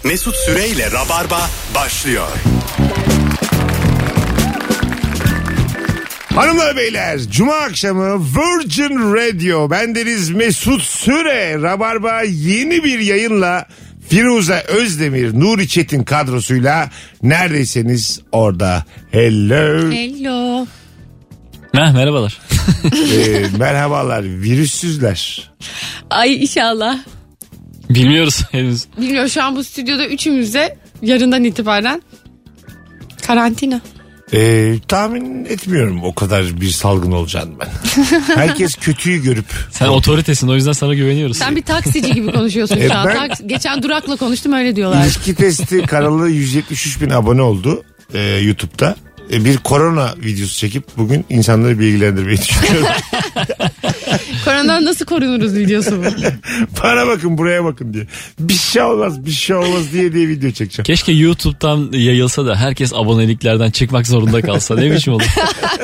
Mesut Süreyle Rabarba başlıyor. Hanımlar beyler, Cuma akşamı Virgin Radio, bendeniz Mesut Süre. Rabarba yeni bir yayınla Firuze Özdemir, Nuri Çetin kadrosuyla neredeyseniz orada. Hello. Hello. Merhabalar. Merhabalar, virüssüzler. Ay inşallah. Bilmiyoruz henüz. Bilmiyorum, şu an bu stüdyoda üçümüz de yarından itibaren karantina. Tahmin etmiyorum o kadar bir salgın olacağını ben. Herkes kötüyü görüp. Sen otoritesin, o yüzden sana güveniyoruz. Sen bir taksici gibi konuşuyorsun şu an. Geçen Durak'la konuştum, öyle diyorlar. İlişki testi kanalı 173 bin abone oldu YouTube'da. Bir korona videosu çekip bugün insanları bilgilendirmeyi düşünüyorum. Koronadan nasıl korunuruz videosu bu. Bana bakın, buraya bakın diye. Bir şey olmaz diye video çekeceğim. Keşke YouTube'dan yayılsa da herkes aboneliklerden çıkmak zorunda kalsa. Ne biçim olur?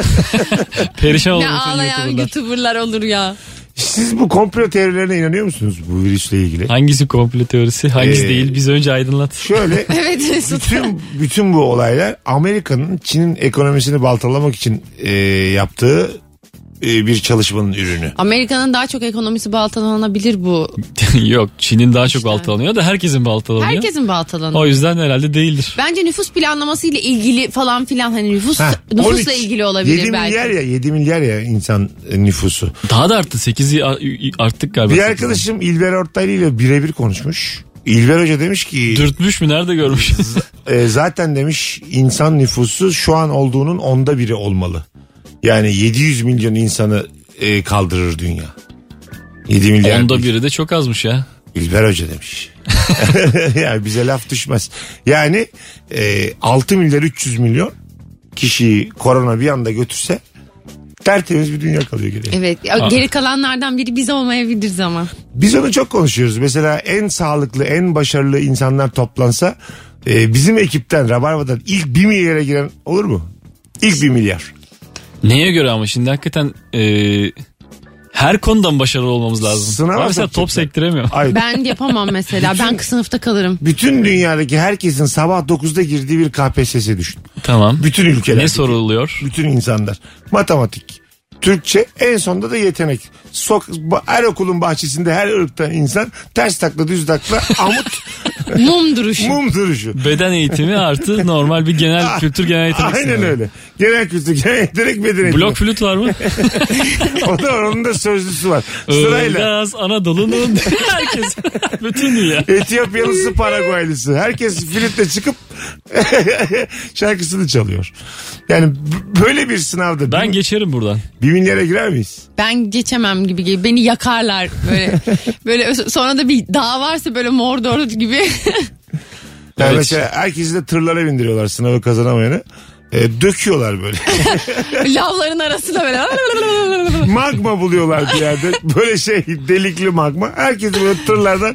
Perişan olur. Ne ağlayan YouTuber'lar olur ya. Siz bu komplo teorilerine inanıyor musunuz bu virüsle ilgili? Hangisi komplo teorisi, hangisi değil? Biz önce aydınlat. Şöyle. Evet. bütün bu olaylar Amerika'nın Çin'in ekonomisini baltalamak için yaptığı bir çalışmanın ürünü. Amerika'nın daha çok ekonomisi baltalanabilir bu. Yok, Çin'in daha çok baltalanıyor da herkesin baltalanıyor. Herkesin baltalanıyor. O yüzden herhalde değildir. Bence nüfus planlaması ile ilgili falan filan, hani nüfusla 13, ilgili olabilir 7 belki. 7 milyar ya insan nüfusu. Daha da arttı, 8'i arttık galiba. Bir arkadaşım İlber Ortaylı ile birebir konuşmuş. İlber Hoca demiş ki... Dürtmüş mü, nerede görmüş? Zaten demiş insan nüfusu şu an olduğunun 1/10 olmalı. Yani 700 milyon insanı kaldırır dünya. 7 milyar. 1/10 de çok azmış ya. İlber Hoca demiş. Yani bize laf düşmez. Yani 6 milyar 300 milyon kişiyi korona bir anda götürse tertemiz bir dünya kalıyor geriye. Evet. Geri kalanlardan biri biz olmayabiliriz ama. Biz onu çok konuşuyoruz. Mesela en sağlıklı, en başarılı insanlar toplansa bizim ekipten, Rabarba'dan ilk 1 milyara giren olur mu? İlk 1 milyar. Neye göre ama şimdi hakikaten her konudan başarılı olmamız lazım. Sınava mesela top sektiremiyor. Ay, Ben yapamam mesela. Ben sınıfta kalırım. bütün dünyadaki herkesin sabah 9'da girdiği bir KPSS düşün. Tamam. Bütün ülkeler. Ne soruluyor? Bütün insanlar. Matematik, Türkçe, en sonunda da yetenek. Her okulun bahçesinde her ırktan insan ters takla düz takla amut. Mum duruşu. Mum duruşu. Beden eğitimi artı normal bir genel kültür, genel yetenek. Aynen öyle. Genel kültür, genel yetenek, beden eğitimi. Blok flüt var mı? O da onun da sözlüsü var. Sırayla. Ilgaz Anadolu'nun herkes. Bütün dünya. Etiyopyalısı, Paraguaylısı. Herkes flütle çıkıp şarkısını çalıyor. Yani böyle bir sınavda. Ben geçerim buradan. 1 milyara girer miyiz? Ben geçemem gibi geliyor. Beni yakarlar böyle. Böyle sonra da bir dağ varsa böyle Mordor gibi. Yani Evet. mesela herkesi de tırlara bindiriyorlar sınavı kazanamayanı. Döküyorlar böyle. Lavların arasında böyle. Magma buluyorlar bir yerde. Böyle delikli magma. Herkes böyle tırlardan.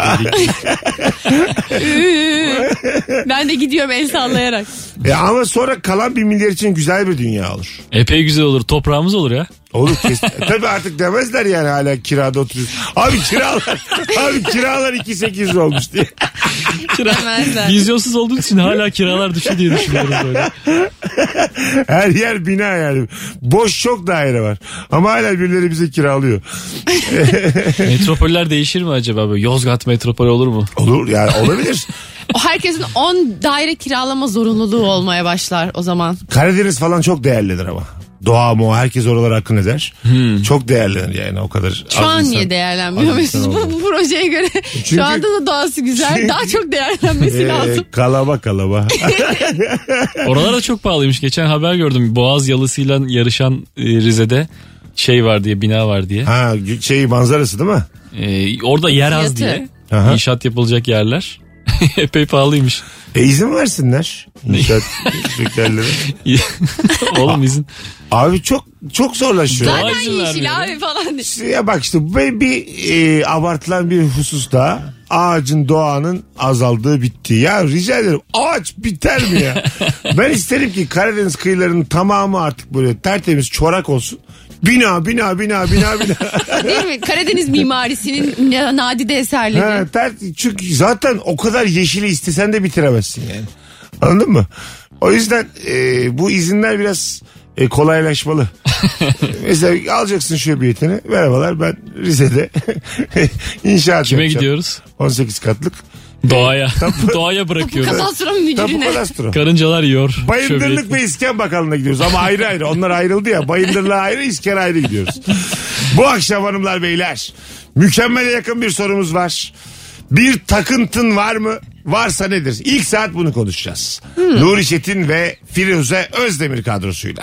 Ben de gidiyorum el sallayarak. Ama sonra kalan 1 milyar için güzel bir dünya olur. Epey güzel olur. Toprağımız olur ya. Olur kesin. Tabii artık demezler yani hala kirada oturuyoruz. Abi kiralar 2.800 olmuş diye. Demezler. Vizyonsuz olduğu için hala kiralar düşüyor diye düşünüyoruz böyle. Her yer bina yani. Boş çok daire var. Ama hala birileri bize kiralıyor. Metropoller değişir mi acaba? Böyle Yozgat metropolü olur mu? Olur yani, olabilir. O herkesin 10 daire kiralama zorunluluğu olmaya başlar o zaman. Karadeniz falan çok değerlidir ama. Doğa herkes oralara akın eder. Çok değerlenir yani, o kadar. Şu an niye değerlenmiyor Mesut? Bu projeye göre Çünkü, şu anda da doğası güzel. Daha çok değerlenmesi lazım. Kalaba. Oralar da çok pahalıymış. Geçen haber gördüm. Boğaz yalısıyla yarışan Rize'de var diye, bina var diye. Ha, manzarası değil mi? Orada yer az Fiyatı. diye. Aha. İnşaat yapılacak yerler. Epey pahalıymış. İzin versinler. İnşaat şirketleri. Oğlum izin. Abi çok zorlaşıyor. Doğa Zaten izin yeşil vermiyor. abi falan. Ya bak işte bir abartılan bir hususta ağacın, doğanın azaldığı, bittiği. Ya rica ederim, ağaç biter mi ya? Ben isterim ki Karadeniz kıyılarının tamamı artık böyle tertemiz çorak olsun. Bina. Değil mi? Karadeniz mimarisinin nadide eserleri. Ha, çünkü zaten o kadar yeşili istesen de bitiremezsin yani. Anladın mı? O yüzden bu izinler biraz kolaylaşmalı. Mesela alacaksın şöbiyetini. Merhabalar, ben Rize'de inşaat Kime yapacağım. gidiyoruz? 18 katlık. Doğaya. Doğaya bırakıyoruz. Kadastro Tapu müdürüne. kadastro. Karıncalar yiyor. Bayındırlık şöbiyeti. ve İskan Bakanlığı'na gidiyoruz ama ayrı. Onlar ayrıldı ya. Bayındırlığa ayrı, İskan ayrı gidiyoruz. Bu akşam hanımlar beyler, mükemmele yakın bir sorumuz var. Bir takıntın var mı? Varsa nedir? İlk saat bunu konuşacağız. Nuri Çetin ve Firuze Özdemir kadrosuyla.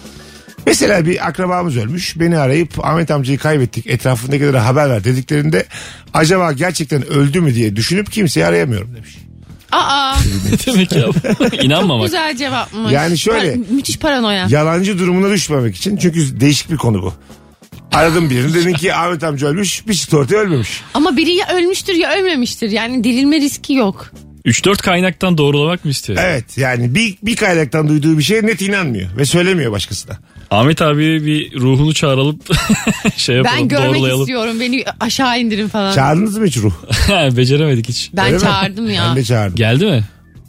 Mesela bir akrabamız ölmüş. Beni arayıp Ahmet amcayı kaybettik, etrafındakilere haber ver dediklerinde acaba gerçekten öldü mü diye düşünüp kimseyi arayamıyorum demiş. Aa, Ne demek ya? İnanmamak. güzel cevapmış. Yani şöyle- Müthiş paranoya. Yalancı durumuna düşmemek için, çünkü değişik bir konu bu. Aradım birini, dedin ki Ahmet amca ölmüş, bir çıktı ortaya ölmemiş. Ama biri ya ölmüştür ya ölmemiştir. Yani dirilme riski yok. 3-4 kaynaktan doğrulamak mı istiyor? Evet, yani bir kaynaktan duyduğu bir şeye net inanmıyor ve söylemiyor başkasına. Ahmet abi bir ruhunu çağıralım şey yapalım, Ben görmek doğrulayalım. istiyorum. Beni aşağı indirin falan. Çağırdınız mı hiç ruh? Beceremedik hiç. Ben Öyle mi? çağırdım ya. Ben de çağırdım. Geldi mi?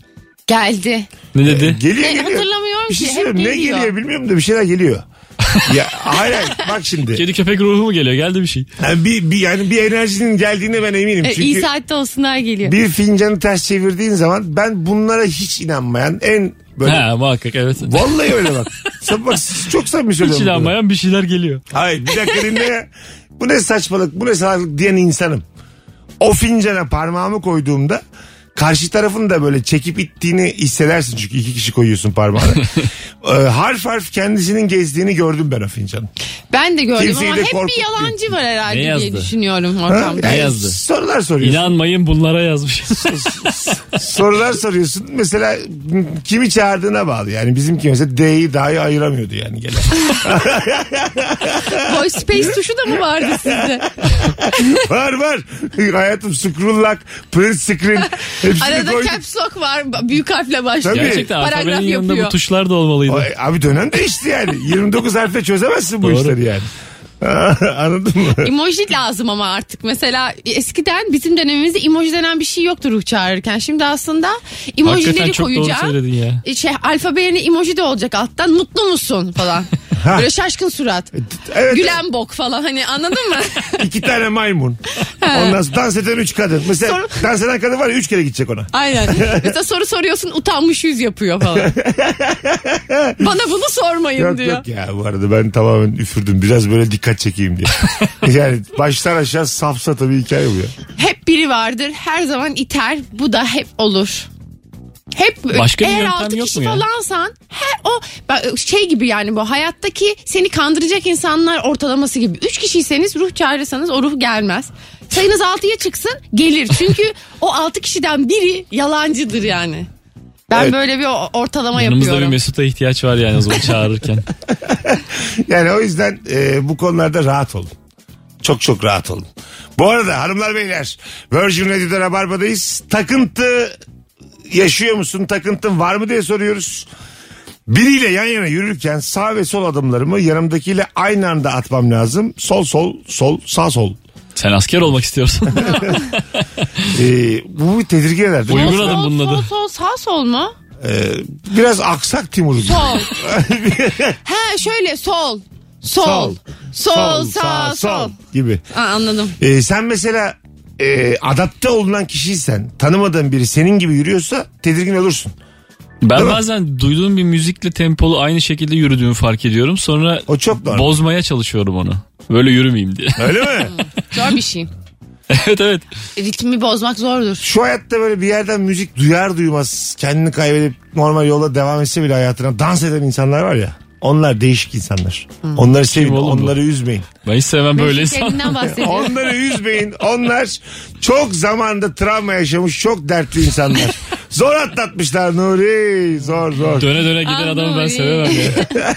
Geldi. Ne dedi? Geliyor. Hatırlamıyorum Bir şey ki. Hep söyleyeyim, ne geliyor. geliyor bilmiyorum da bir şeyler geliyor. Ya hayır, bak şimdi. Kedi köpek ruhu mu geliyor? Geldi bir şey. Yani bir enerjinin geldiğine ben eminim. Çünkü İyi saatte olsunlar geliyor. bir fincanı ters çevirdiğin zaman ben bunlara hiç inanmayan en böyle... Ha muhakkak evet. Vallahi öyle bak. Bak çok samimi Hiç söylüyorum. bunu. inanmayan bir şeyler geliyor. Hayır, bir dakika dinle ya. Bu ne saçmalık, bu ne salaklık diyen insanım. O fincana parmağımı koyduğumda karşı tarafın da böyle çekip ittiğini hissedersin, çünkü 2 kişi koyuyorsun parmağını. Harf harf kendisinin gezdiğini gördüm ben o fincanın. Ben de gördüm Kimseyi ama de hep bir korkutmuyor. yalancı var herhalde Ne diye yazdı? düşünüyorum Ha? ortamda. Yani yazdı? Sorular soruyorsun. İnanmayın bunlara yazmış. Sorular soruyorsun. Mesela kimi çağırdığına bağlı. Yani bizimki mesela D'yi dahi ayıramıyordu yani gelen. Voice space tuşu da mı vardı sizde? var. Hayatım scroll lock, print screen. Hepsini Arada koydum. caps lock var. Büyük harfle başlıyor. Tabii. Gerçekten Paragraf alfabenin yanında yapıyor. bu tuşlar da olmalıydı. Abi dönem değişti yani. 29 harfle çözemezsin bu Doğru. işleri yani. Anladın mı? Emoji lazım ama artık. Mesela eskiden bizim dönemimizde emoji denen bir şey yoktu ruh çağırırken. Şimdi aslında emojileri Hakikaten çok doğru koyacağım. söyledin ya. Alfabe yerine emoji de olacak alttan. Mutlu musun falan. Böyle şaşkın surat. Evet. Gülen bok falan, hani anladın mı? 2 tane maymun. Ondan sonra dans eden 3 kadın. Mesela Sonra- dans eden kadın var ya, 3 kere gidecek ona. Aynen. Mesela soru soruyorsun, utanmış yüz yapıyor falan. Bana bunu sormayın Yok diyor. yok ya, bu arada ben tamamen üfürdüm. Biraz böyle dikkat çekeyim diye. Yani baştan aşağı safsata bir hikaye bu ya. Hep biri vardır, her zaman iter, bu da hep olur. Hep Başka bir eğer yöntem 6 yok kişi mu ya? falansan şey gibi, yani bu hayattaki seni kandıracak insanlar ortalaması gibi. 3 kişiyseniz ruh çağırırsanız o ruh gelmez. Sayınız 6'ya çıksın, gelir. Çünkü o 6 kişiden biri yalancıdır yani. Ben Evet. böyle bir ortalama Yanımızda bir yapıyorum. Mesut'a ihtiyaç var yani o zaman çağırırken. Yani o yüzden bu konularda rahat olun. Çok çok rahat olun. Bu arada hanımlar beyler, Virgin Radio'da Rabarba'dayız. Takıntı yaşıyor musun? Takıntın var mı diye soruyoruz. Biriyle yan yana yürürken sağ ve sol adımlarımı yanımdakiyle aynı anda atmam lazım. Sol sağ sol. Sen asker olmak istiyorsun. Bu bir tedirgin eder değil mi? Uygun adım bunun adı. Sol sağ sol mu? Biraz aksak Timur'u. Sol. Ha şöyle sol. Sol. Sağ sol. gibi. Anladım. Sen mesela adapte olunan kişiysen, tanımadığın biri senin gibi yürüyorsa tedirgin olursun. Ben Değil mi? bazen duyduğum bir müzikle tempolu aynı şekilde yürüdüğümü fark ediyorum. Sonra O çok normal. bozmaya çalışıyorum onu. Böyle yürümeyeyim diye. Öyle mi? Zor bir şey. evet. Ritmi bozmak zordur. Şu hayatta böyle bir yerden müzik duyar duymaz kendini kaybedip normal yolda devam etse bile hayatına dans eden insanlar var ya. Onlar değişik insanlar. Onları sevin, oğlum bu? onları üzmeyin. Ben hiç sevmem böyle Mesut insan. kendinden bahsediyor. Onları üzmeyin. Onlar çok zamanda travma yaşamış, çok dertli insanlar. Zor atlatmışlar Nuri. Zor. Döne döne giden adamı ben Nuri. sevemem ya.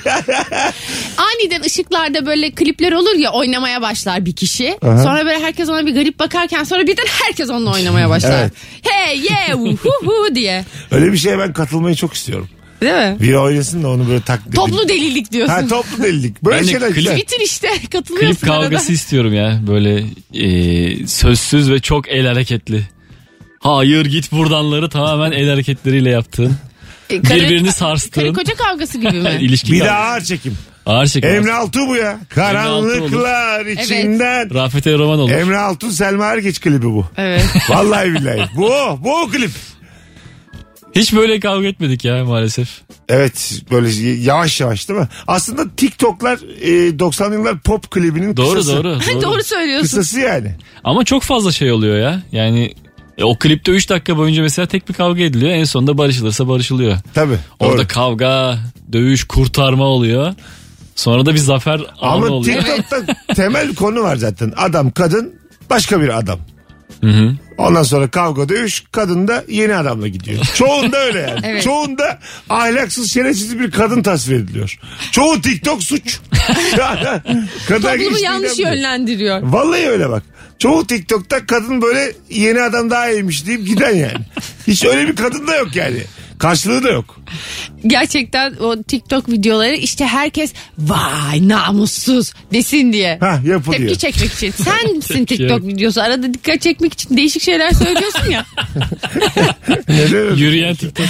Aniden ışıklarda böyle klipler olur ya, oynamaya başlar bir kişi. Sonra böyle herkes ona bir garip bakarken sonra birden herkes onunla oynamaya başlar. Evet. Hey yeah hu diye. Öyle bir şeye ben katılmayı çok istiyorum. Değil mi? Biri oynasın da onu böyle taklit edin. Toplu delilik diyorsun. Ha, toplu delilik. Böyle Ben de şeyler güzel. Twitter işte katılıyorsun. Klip kavgası arada. istiyorum ya. Böyle sözsüz ve çok el hareketli. Hayır git buradanları tamamen el hareketleriyle yaptığın. Birbirini sarstığın. Karı koca kavgası gibi mi? İlişki Bir de kavgası. ağır çekim. Ağır çekim. Emre Altuğ bu ya. Karanlıklar içinden. Rafet Roman olur. Emre Altuğ Selma Ergeç klibi bu. Evet. Vallahi billahi. Bu o klip. Hiç böyle kavga etmedik ya maalesef. Evet böyle yavaş yavaş değil mi? Aslında TikTok'lar 90'lı yıllar pop klibinin Doğru kısası. doğru. Doğru söylüyorsun. Kısası yani. Ama çok fazla şey oluyor ya. Yani o klipte 3 dakika boyunca mesela tek bir kavga ediliyor. En sonunda barışılırsa barışılıyor. Tabii. Orada doğru. kavga, dövüş, kurtarma oluyor. Sonra da bir zafer anı Ama oluyor. TikTok'ta temel konu var zaten. Adam kadın başka bir adam. Hı. Ondan sonra kavga dövüş kadın da yeni adamla gidiyor. Çoğunda öyle yani. Evet. Çoğunda ahlaksız şerefsiz bir kadın tasvir ediliyor. Çoğu TikTok suç. Toplumu yanlış yönlendiriyor. Vallahi öyle bak. Çoğu TikTok'ta kadın böyle yeni adam daha iyiymiş deyip giden yani. Hiç öyle bir kadın da yok yani. Karşılığı da yok. Gerçekten o TikTok videoları işte herkes vay namussuz desin diye. Hah yapı Tepki diyor. çekmek için. Sen misin TikTok yok. videosu? Arada dikkat çekmek için değişik şeyler söylüyorsun ya. Neden öyle? Yürüyen TikTok.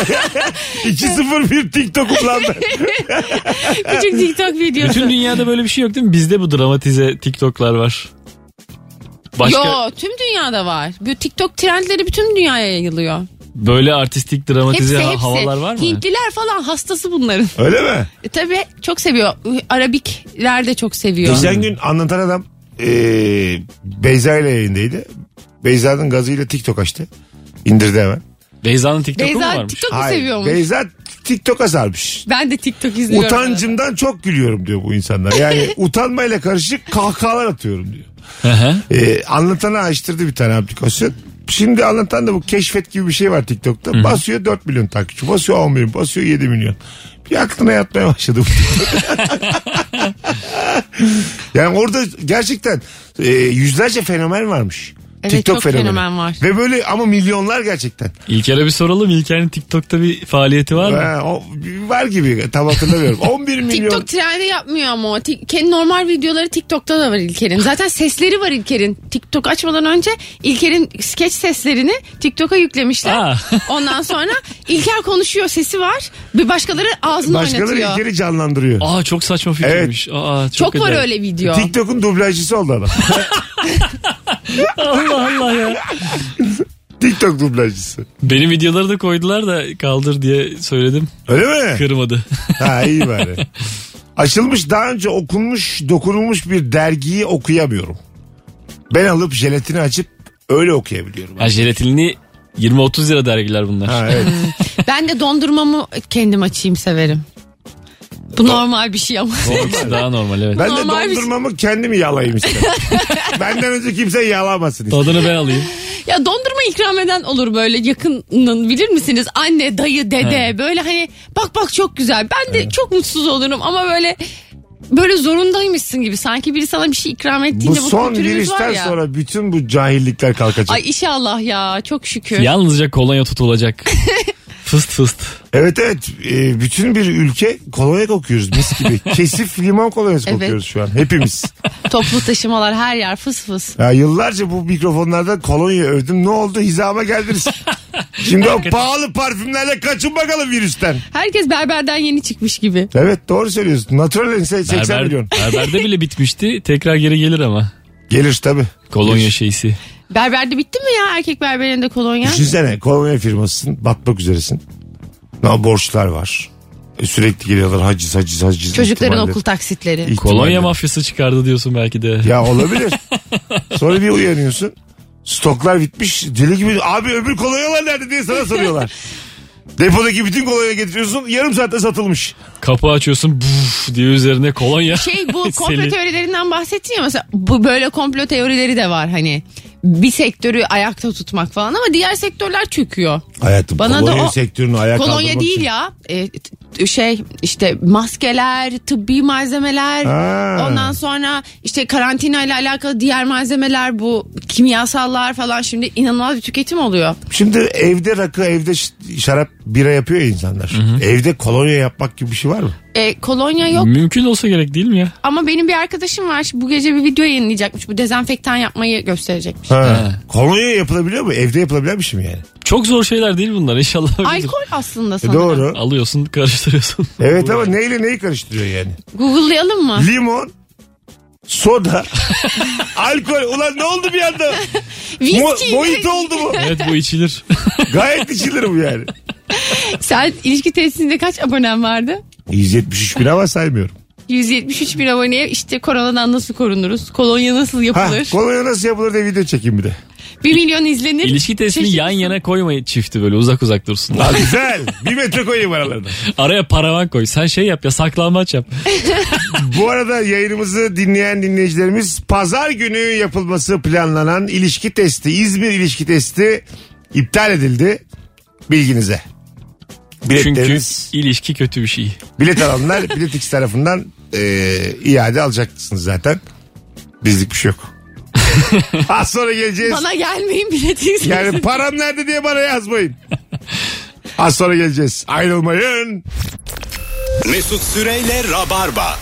2-0-1 TikTok'um lan ben. Küçük TikTok videosu. Bütün dünyada böyle bir şey yok değil mi? Bizde bu dramatize TikTok'lar var. Başka Yo tüm dünyada var. Bu TikTok trendleri bütün dünyaya yayılıyor. böyle artistik dramatize Hepsi. havalar var mı? Hintliler falan hastası bunların. Öyle mi? Tabii çok seviyor. Arabikler de çok seviyor. Geçen gün anlatan adam Beyza ile yayındaydı. Beyza'nın gazıyla TikTok açtı. İndirdi hemen. Beyza'nın TikTok'u mu Beyza varmış? TikTok mu seviyormuş? Beyza TikTok'a sarmış. Ben de TikTok izliyorum. Utancımdan çok gülüyorum diyor bu insanlar. Yani utanmayla karışık kahkahalar atıyorum diyor. Hı hı. Anlatana açtırdı bir tane aplikasyon. Şimdi anlatan da bu keşfet gibi bir şey var TikTok'ta. Basıyor 4 milyon takipçi. Basıyor 10 milyon. Basıyor 7 milyon. Bir aklına yatmaya başladı bu TikTok. Yani orada gerçekten yüzlerce fenomen varmış. Evet, TikTok çok fenomeni. fenomen var. Ve böyle ama milyonlar gerçekten. İlker'e bir soralım. İlker'in TikTok'ta bir faaliyeti var mı? Var gibi tam hatırlamıyorum. 11 milyon. TikTok trendi yapmıyor ama o. Kendi normal videoları TikTok'ta da var İlker'in. Zaten sesleri var İlker'in. TikTok açmadan önce İlker'in skeç seslerini TikTok'a yüklemişler. Aa. Ondan sonra İlker konuşuyor, sesi var. Bir başkaları ağzını Başkaları oynatıyor. İlker'i canlandırıyor. Aa çok saçma fikirmiş. Aa, Çok var acayip. öyle video. TikTok'un dublajcısı oldu adam. Allah Allah ya. TikTok dublajcısı. Benim videoları da koydular da kaldır diye söyledim. Öyle mi? Kırmadı. Ha iyi bari. Açılmış daha önce okunmuş dokunulmuş bir dergiyi okuyamıyorum. Ben alıp jelatini açıp öyle okuyabiliyorum. Ha, jelatinli 20-30 lira dergiler bunlar. Ha, evet. Ben de dondurmamı kendim açayım severim. Bu normal bir şey ama. Doğrusu daha normal evet. Ben de Normal bir- dondurmamı kendim yalayayım istedim. Benden önce kimse yalamasın istedim. Tadını ben alayım. Ya dondurma ikram eden olur böyle yakının bilir misiniz? Anne, dayı, dede böyle hani bak çok güzel. Ben de çok mutsuz olurum ama böyle zorundaymışsın gibi. Sanki biri sana bir şey ikram Bu ettiğinde bu son kültürümüz var virüsten ya. sonra bütün bu cahillikler kalkacak. Ay inşallah ya çok şükür. Yalnızca kolonya tutulacak. Fıst fıst. Evet bütün bir ülke kolonya kokuyoruz mis gibi. Kesif limon kolonyası Evet. kokuyoruz şu an hepimiz. Toplu taşımalar her yer fıs fıs. Ya yıllarca bu mikrofonlarda kolonya övdüm. Ne oldu? Hizama geldiniz. Şimdi o pahalı parfümlerle kaçın bakalım virüsten. Herkes berberden yeni çıkmış gibi. Evet doğru söylüyorsun. Natural 80 milyon. Berberde bile bitmişti. Tekrar geri gelir ama. Gelir tabii. Kolonya şeysi. Berberde bitti mi ya erkek berberinde kolonya? Düşünsene kolonya firmasısın. Batmak üzeresin. Borçlar var. Sürekli geliyorlar haciz. Çocukların ihtimalle. okul taksitleri. İhtimalle. Kolonya mafyası çıkardı diyorsun belki de. Ya olabilir. Sonra bir uyanıyorsun. Stoklar bitmiş. Deli gibi. Abi öbür kolonyalar nerede diye sana soruyorlar. Depodaki bütün kolonya getiriyorsun. Yarım saatte satılmış. Kapı açıyorsun buf diye üzerine kolonya. Bu komplo Seli. teorilerinden bahsettin ya mesela bu böyle komplo teorileri de var hani. bir sektörü ayakta tutmak falan ama diğer sektörler çöküyor. Hayatım Bana da kolonya o- sektörünü ayağa Kolonya kaldırmak değil için. ya. İşte maskeler, tıbbi malzemeler, Ha. ondan sonra işte karantina ile alakalı diğer malzemeler, bu kimyasallar falan, şimdi inanılmaz bir tüketim oluyor. Şimdi evde rakı, evde şarap, bira yapıyor ya insanlar. Evde kolonya yapmak gibi bir şey var mı? Kolonya yok Mümkün olsa gerek değil mi ya? ama benim bir arkadaşım var. Şimdi bu gece bir video yayınlayacakmış. Bu dezenfektan yapmayı gösterecekmiş. Ha. Kolonya yapılabiliyor mu? Evde yapılabilen bir şey mi yani? Çok zor şeyler değil bunlar inşallah. öyledir. Alkol aslında sanırım. Doğru. Alıyorsun karıştırıyorsun. Evet ama neyle neyi karıştırıyor yani? Google'layalım mı? Limon, soda, alkol. Ulan ne oldu bir anda? Viski. Mojito oldu bu. Evet bu içilir. Gayet içilir bu yani. Sen ilişki testinde kaç abonen vardı? 173 bin ama saymıyorum. 173 bin aboneye işte koronadan nasıl korunuruz? Kolonya nasıl Ha, yapılır? kolonya nasıl yapılır diye video çekeyim bir de. 1 milyon izlenir. İlişki testini yan Şaşırırsın. yana koymayın çifti böyle uzak dursunlar. Ha, güzel. 1 metre koyayım aralarına. Araya paravan koy. Sen şey yap ya saklambaç yap. Bu arada yayınımızı dinleyen dinleyicilerimiz, pazar günü yapılması planlanan ilişki testi, İzmir ilişki testi iptal edildi. Bilginize. Çünkü Biletleriniz, ilişki kötü bir şey. bilet alanlar Biletix tarafından iade alacaksınız zaten. Bizlik bir şey yok. Az sonra geleceğiz. Bana gelmeyin biletiniz. Yani param nerede diye bana yazmayın. Az sonra geleceğiz. Ayrılmayın. Mesut Süreyle Rabarba.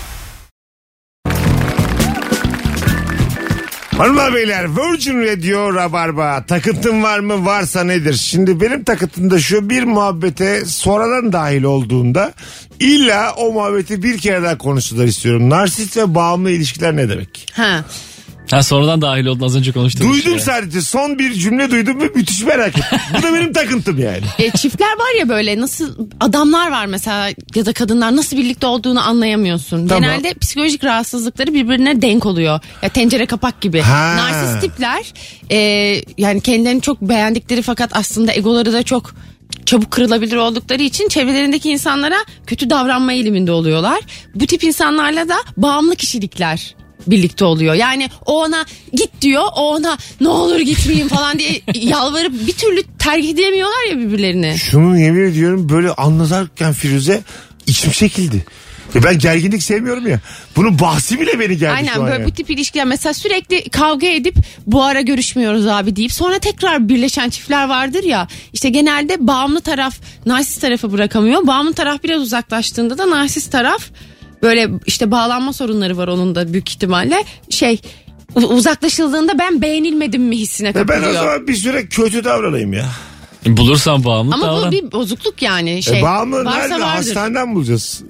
Hanımlar beyler, Virgin Radio Rabarba. Takıntın var mı? Varsa nedir? Şimdi benim takıntım da şu: bir muhabbete sonradan dahil olduğunda illa o muhabbeti bir kere daha konuşsunlar istiyorum. Narsist ve bağımlı ilişkiler ne demek? Ha. Ha sonradan dahil oldun az önce konuştuğumuz Duydum şey. sadece, son bir cümle duydum ve müthiş merak ettim. Bu da benim takıntım yani. Çiftler var ya, böyle nasıl adamlar var mesela ya da kadınlar, nasıl birlikte olduğunu anlayamıyorsun. Tamam. Genelde psikolojik rahatsızlıkları birbirine denk oluyor. Ya tencere kapak gibi. Ha. Narsist tipler yani kendilerini çok beğendikleri fakat aslında egoları da çok çabuk kırılabilir oldukları için çevrelerindeki insanlara kötü davranma eğiliminde oluyorlar. Bu tip insanlarla da bağımlı kişilikler birlikte oluyor. Yani o ona git diyor, o ona ne olur gitmeyeyim falan diye yalvarıp bir türlü terk edemiyorlar ya birbirlerini. Şunu yemin ediyorum, böyle anlatırken Firuze içim çekildi. Ben gerginlik sevmiyorum ya. Bunun bahsi bile beni gerdi Aynen şu an böyle yani. bu tip ilişkiler, mesela sürekli kavga edip bu ara görüşmüyoruz abi deyip sonra tekrar birleşen çiftler vardır ya. İşte genelde bağımlı taraf narsist tarafı bırakamıyor. Bağımlı taraf biraz uzaklaştığında da narsist taraf, böyle işte bağlanma sorunları var onun da büyük ihtimalle, uzaklaşıldığında ben beğenilmedim mi hissine Ben kapılıyor. o zaman bir süre kötü davranayım ya. Bulursan bağımlı Ama davran. bu bir bozukluk yani. Bağımlı varsa nerede? vardır. Hastaneden bulacağız.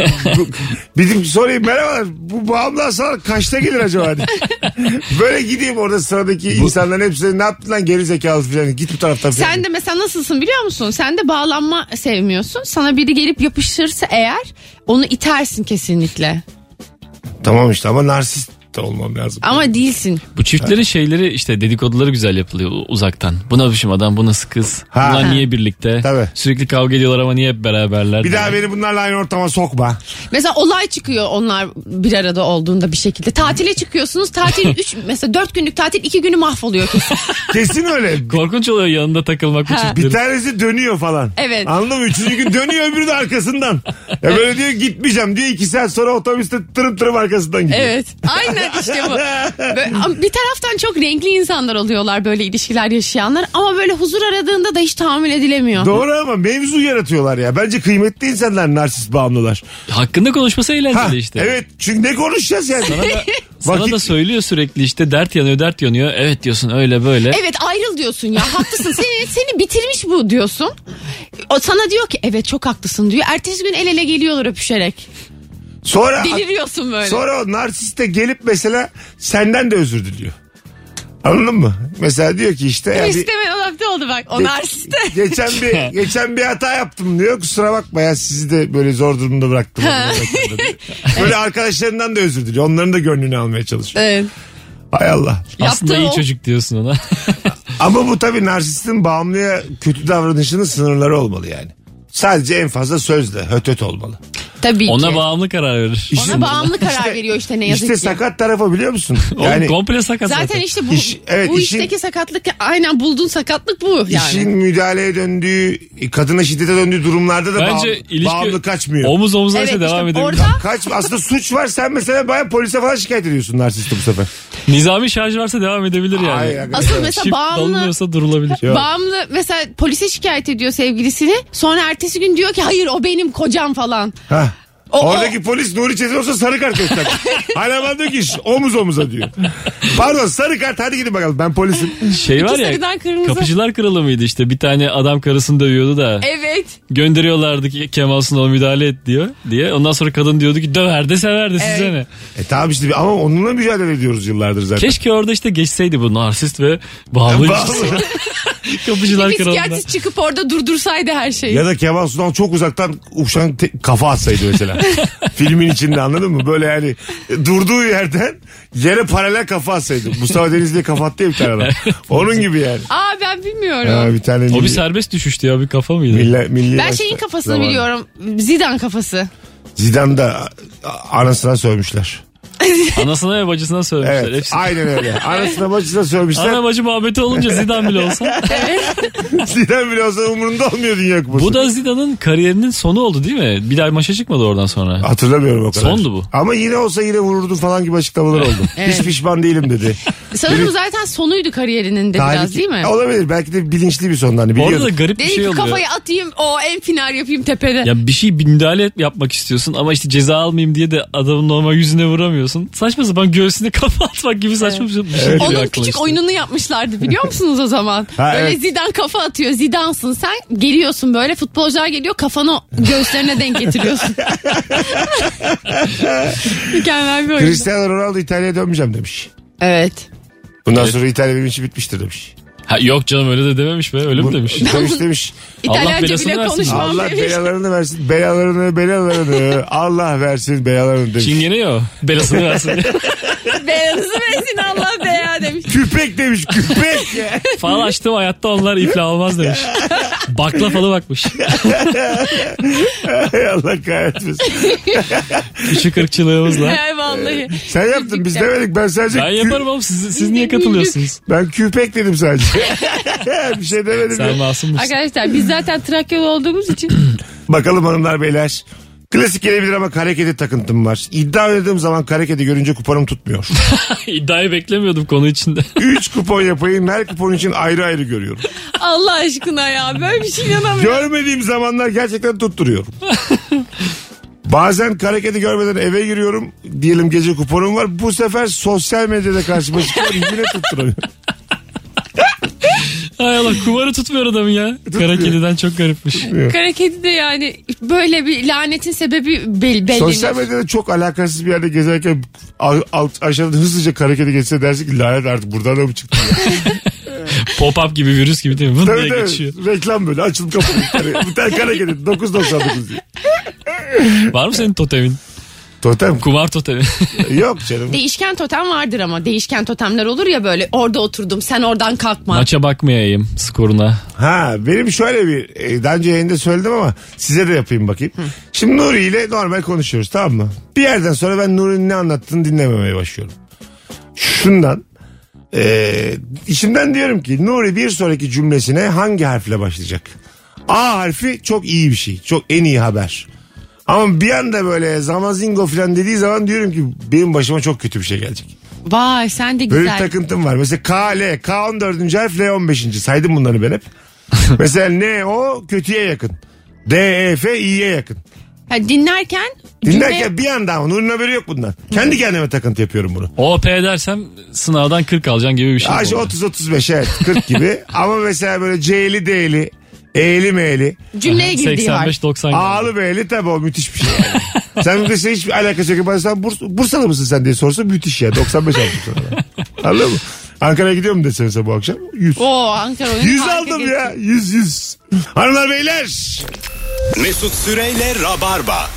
Bizim sorayım, merhabalar, bu bağımlı hastalar kaçta gelir acaba diye. Böyle gideyim orada sıradaki insanların hepsine, ne yaptın lan geri zekalı falan, git bu taraftan falan. Sen de mesela nasılsın biliyor musun? Sen de bağlanma sevmiyorsun. Sana biri gelip yapışırsa eğer onu itersin kesinlikle. Tamam işte, ama narsist de olmam lazım. Ama değilsin. Bu çiftlerin şeyleri işte dedikoduları güzel yapılıyor uzaktan. Bu ne biçim adam, bu nasıl kız? Ha. Bunlar niye birlikte? Tabii. Sürekli kavga ediyorlar ama niye hep beraberler? Bir daha beni bunlarla aynı ortama sokma. Mesela olay çıkıyor onlar bir arada olduğunda bir şekilde. Tatile çıkıyorsunuz. Tatil mesela 4 günlük tatil 2 günü mahvoluyor kesin. Kesin öyle. Korkunç oluyor yanında takılmak bu Bir çiftlerin. tanesi dönüyor falan. Evet. Anladın mı? 3. gün dönüyor, öbürü de arkasından. Ya böyle diyor gitmeyeceğim diyor, 2 saat sonra otobüste tırım arkasından gidiyor. Evet. Aynen işte bu. Böyle, bir taraftan çok renkli insanlar oluyorlar böyle ilişkiler yaşayanlar. Ama böyle huzur aradığında da hiç tahammül edilemiyor. Doğru, ama mevzu yaratıyorlar ya. Bence kıymetli insanlar narsist bağımlılar. Hakkında konuşması eğlenceli işte. Evet, çünkü ne konuşacağız yani? Sana Vakit- da söylüyor sürekli işte dert yanıyor. Evet diyorsun öyle böyle. Evet, ayrıl diyorsun ya, haklısın, seni bitirmiş bu diyorsun. O sana diyor ki evet çok haklısın diyor. Ertesi gün el ele geliyorlar öpüşerek. Sonra Deliriyorsun böyle. Sonra o narsist de gelip mesela senden de özür diliyor. Anladın mı? Mesela diyor ki işte ya bir- İstemen adapte oldu bak o narsiste. geçen bir hata yaptım diyor. Kusura bakma ya, sizi de böyle zor durumda bıraktım. Böyle arkadaşlarından da özür diliyor. Onların da gönlünü almaya çalışıyor. Evet. Hay Allah. Aslında Yaptığı iyi o- çocuk diyorsun ona. Ama bu tabii narsistin bağımlıya kötü davranışının sınırları olmalı yani. Sadece en fazla sözle höt olmalı. Tabii ki. Ona bağımlı karar verir. Ona bağımlı karar veriyor işte ne yazık ki. İşte sakat tarafı biliyor musun? Oğlum komple sakat Zaten işte bu, evet, bu işin- işteki sakatlık aynen bulduğun sakatlık bu yani. İşin müdahaleye döndüğü, kadına şiddete döndüğü durumlarda da Bence bağımlı kaçmıyor. omuz omuza Evet, ise işte devam edebilir. orada Aslında suç var, sen mesela bayağı polise falan şikayet ediyorsun narsisti bu sefer. Nizami şarj varsa devam edebilir yani. Ay, asıl mesela Çift bağımlı dalınıyorsa durulabilir. Yok. bağımlı mesela polise şikayet ediyor sevgilisini. Sonra ertesi gün diyor ki hayır o benim kocam falan. Hah. O- Oradaki polis Nuri Çetin olsa sarı kart göster. Hala bana diyor ki omuz omuza diyor. Pardon, sarı kart, hadi gidin bakalım, ben polisim. Şey var sarıdan ya, kırmızı. Kapıcılar Kralı mıydı işte, bir tane adam karısını dövüyordu da Evet. gönderiyorlardı ki Kemal Sunal müdahale et diye. Ondan sonra kadın diyordu ki döver de sever de size ne. Tamam işte, ama onunla mücadele ediyoruz yıllardır zaten. Keşke orada işte geçseydi bu narsist ve bağımlı ilişkisi. Kapıcılar Kralı'nda. Psikiyatrist çıkıp orada durdursaydı her şeyi. Ya da Kemal Sunal çok uzaktan uçan kafa atsaydı mesela. Filmin içinde, anladın mı? Böyle yani durduğu yerden yere paralel kafa atsaydı. Mustafa Denizli'ye kafa attı ya bir tane adam. Onun gibi yani. Aa ben bilmiyorum. Ha, bir tane O bir serbest düşüştü ya, bir kafa mıydı? milli Ben başta- şeyin kafasını zaman. biliyorum. Zidane kafası. Zidane da anasına sövmüşler. Anasına ve bacısına söylemişler. Evet, Hepsi. aynen öyle. Anasına bacısına sövmüşler. Ana bacı muhabbeti olunca Zidane bile olsa. Zidane bile olsa umurunda olmuyor Dünya Kupası. Bu da Zidane'ın kariyerinin sonu oldu değil mi? Bir daha maça çıkmadı oradan sonra. Hatırlamıyorum o kadar. Sondu bu. Ama yine olsa yine vururdu falan gibi açıklamalar oldu. Hiç pişman değilim dedi. Sanırım zaten sonuydu kariyerinin de biraz değil mi? Olabilir. Belki de bilinçli bir son. Hani Orada da biliyorduk. garip bir Dedi şey ki oluyor. kafayı atayım o en final yapayım tepede. Ya bir şey, bir müdahale yapmak istiyorsun ama işte ceza almayayım diye de adamın normal yüzüne vuramıyorsun. Saçma sapan göğsüne kafa atmak gibi saçma bir şey geliyor Onun aklıma küçük işte. oyununu yapmışlardı biliyor musunuz o zaman? Ha, Böyle evet. Zidane kafa atıyor. Zidane'sın sen. Geliyorsun böyle futbolcular geliyor kafanı göğüslerine denk getiriyorsun. Mükemmel bir oyun. Cristiano Ronaldo İtalya'ya dönmeyeceğim demiş. Evet. Bundan sonra İtalya benim için bitmiştir demiş. Ha, yok canım öyle de dememiş be, öyle mi demiş? Demiş. İtalyanca belasını bile versin. konuşmam Allah demiş. belalarını versin. Belalarını. Allah versin belalarını demiş. Çingene ya o. Belasını versin. Beyanızı versin Allah beya demiş. Küpek demiş, küpek ya. Fal açtım hayatta onlar iflah olmaz demiş. Bakla falı bakmış. Hay Allah kahretmesin. Küçük ırkçılığımızla. He vallahi. Sen yaptın, biz demedik. Ben sadece Ben yaparım oğlum, siz niye katılıyorsunuz? Ben küpek dedim sadece. Bir şey demedim. Sen ya. masum musun? Arkadaşlar biz zaten Trakyalı olduğumuz için Bakalım hanımlar beyler. Klasik gelebilir ama kara kedi takıntım var. İddia oynadığım zaman kara kedi görünce kuponum tutmuyor. İddiayı beklemiyordum konu içinde. 3 kupon yapayım, her kupon için ayrı ayrı görüyorum. Allah aşkına ya böyle bir şey inanamıyorum. Görmediğim zamanlar gerçekten tutturuyorum. Bazen kara kedi görmeden eve giriyorum. Diyelim gece kuponum var. Bu sefer sosyal medyada karşıma çıkıyor. Yine tutturamıyorum. Hay Allah, kumarı tutmuyor adamın ya. Kara kediden çok garipmiş. Kara kedi de yani böyle bir lanetin sebebi belli. Sosyal medyada çok alakasız bir yerde gezerken aşağıdan hızlıca kara kedi geçse dersin ki lanet artık buradan da mı çıktı? Pop-up gibi, virüs gibi değil mi? Vın Tabii diye tabii. geçiyor. Reklam böyle açılıp kapanıyor. Bir tane kara kedi 9.99 diye. Var mı senin totemin? Totem Kumar totemi. yok canım. Değişken totem vardır ama değişken totemler olur ya böyle orada oturdum sen oradan kalkma. Maça bakmayayım skoruna. Ha benim şöyle bir daha önce yayında söyledim ama size de yapayım bakayım. Şimdi Nuri ile normal konuşuyoruz, tamam mı? Bir yerden sonra ben Nuri'nin ne anlattığını dinlememeye başlıyorum. Şundan içimden diyorum ki Nuri bir sonraki cümlesine hangi harfle başlayacak? A harfi çok iyi bir şey. Çok en iyi haber. Ama bir anda böyle zamazingo falan dediği zaman diyorum ki benim başıma çok kötü bir şey gelecek. Vay sen de Böyle güzel. bir takıntım var. Mesela K, L, K 14. harf, L 15. Saydım bunları ben hep. Mesela N, O kötüye yakın. D, E, F iyiye yakın. Ha, dinlerken Dinlerken bir anda ama Nuri'nin haberi yok bundan. Kendi kendime takıntı yapıyorum bunu. OP dersem sınavdan 40 alacaksın gibi bir şey. Aşı bu. 30-35 evet 40 gibi. Ama mesela böyle C'li, D'li, E'li, M'li, cümleye girdiği var. 85-90 gibi. A'lı, B'li tabii o müthiş bir şey. Yani. Sen mesela hiçbir alakası yok. Bana sen Bursalı mısın sen diye sorsa müthiş ya. 95 aldım sana. Anladın mı? Ankara'ya gidiyor mu dese mesela bu akşam? 100. Oo Ankara oyunu 100 harika aldım geçti. ya. 100. Hanımlar beyler. Mesut Süreyle Rabarba.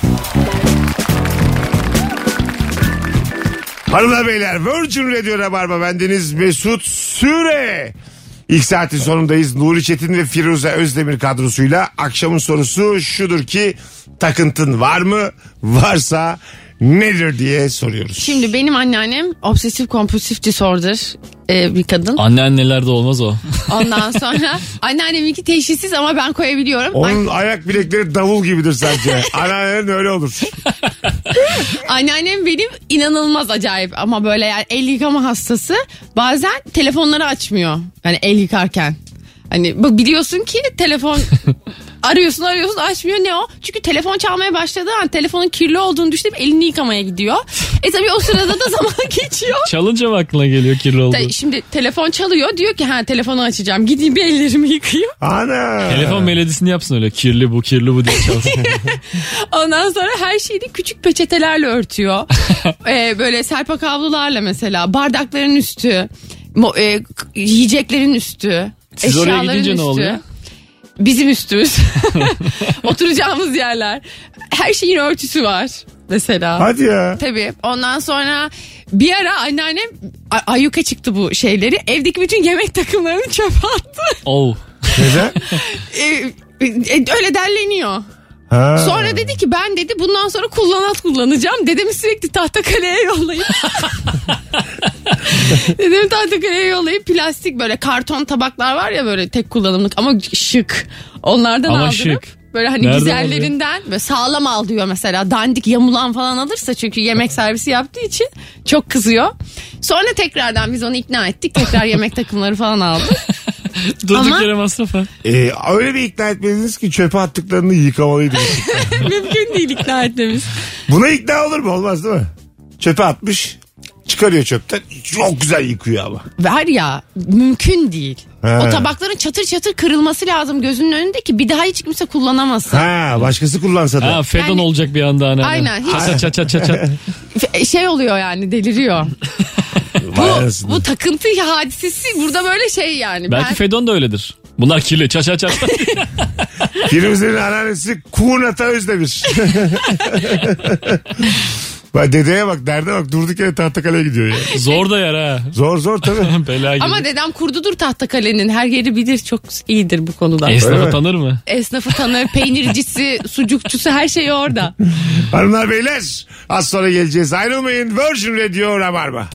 Hanımlar beyler Virgin Radio Rabarba bendeniz Mesut Süre. İlk saatin sonundayız. Nuri Çetin ve Firuze Özdemir kadrosuyla akşamın sorusu şudur ki takıntın var mı? Varsa nedir diye soruyoruz. Şimdi benim anneannem obsesif kompulsif disorder bir kadın. Anneannelerde olmaz o. Ondan sonra anneanneminki teşhissiz ama ben koyabiliyorum. Onun ayak bilekleri davul gibidir sadece. Anneannenin öyle olur. Anneannem benim inanılmaz acayip ama böyle yani el yıkama hastası. Bazen telefonları açmıyor. Yani el yıkarken. Hani biliyorsun ki telefon arıyorsun açmıyor, ne o? Çünkü telefon çalmaya başladığı an telefonun kirli olduğunu düşünüp elini yıkamaya gidiyor. Tabii o sırada da zaman geçiyor. Çalınca mı aklına geliyor kirli oldu? Şimdi telefon çalıyor, diyor ki telefonu açacağım, gideyim bir ellerimi yıkayayım. Ana. Telefon melodisini yapsın öyle, kirli bu diye çalsın. Ondan sonra her şeyi de küçük peçetelerle örtüyor. Böyle serpak havlularla mesela, bardakların üstü, yiyeceklerin üstü. Siz oraya gidince üstü, ne oluyor? Bizim üstümüz. Oturacağımız yerler. Her şeyin örtüsü var mesela. Hadi ya. Tabii. Ondan sonra bir ara anneannem ayyuka çıktı bu şeyleri. Evdeki bütün yemek takımlarını çöpe attı. Oh. Neden? Öyle derleniyor. Ha. Sonra dedi ki ben dedi bundan sonra kullanacağım. Dedemi sürekli Tahtakale'ye yollayıp dedemi Tahtakale'ye yollayıp plastik böyle karton tabaklar var ya, böyle tek kullanımlık ama şık. Onlardan ama aldırıp şık. böyle hani Nereden güzellerinden böyle sağlam al diyor mesela. Dandik yamulan falan alırsa, çünkü yemek servisi yaptığı için çok kızıyor. Sonra tekrardan biz onu ikna ettik. Tekrar yemek takımları falan aldı. Durduk yere masraf ha. Öyle bir ikna etmediniz ki çöpe attıklarını yıkamalıydınız. Mümkün değil ikna etmemiz. Buna ikna olur mu? Olmaz değil mi? Çöpe atmış. Çıkarıyor çöpten. Çok güzel yıkıyor ama. Var ya, mümkün değil. He. O tabakların çatır çatır kırılması lazım gözünün önünde ki bir daha hiç kimse kullanamasın. Ha, başkası kullansa da. Ha, Fedon Yani- olacak bir anda anneanne. Aynen, hiç- Çat. Şey oluyor yani, deliriyor. Vay anasını. bu takıntı hadisesi burada böyle şey yani. Belki Fedon da öyledir. Bunlar kirli. Çat. Firuze'nin anneannesi Kuğnata Özdemir. Bak dedeye bak, derde bak, durduk yere Tahtakale'ye gidiyor ya. Zor da yer ha. Zor tabii. Bela gibi. Ama dedem kurdudur Tahtakale'nin, her yeri bilir, çok iyidir bu konuda. Öyle Esnafı mi? tanır mı? Esnafı tanır, peynircisi, sucukçusu, her şey orada. Hanımlar beyler, az sonra geleceğiz. Ayrılmayın. Virgin Radio Rabarba.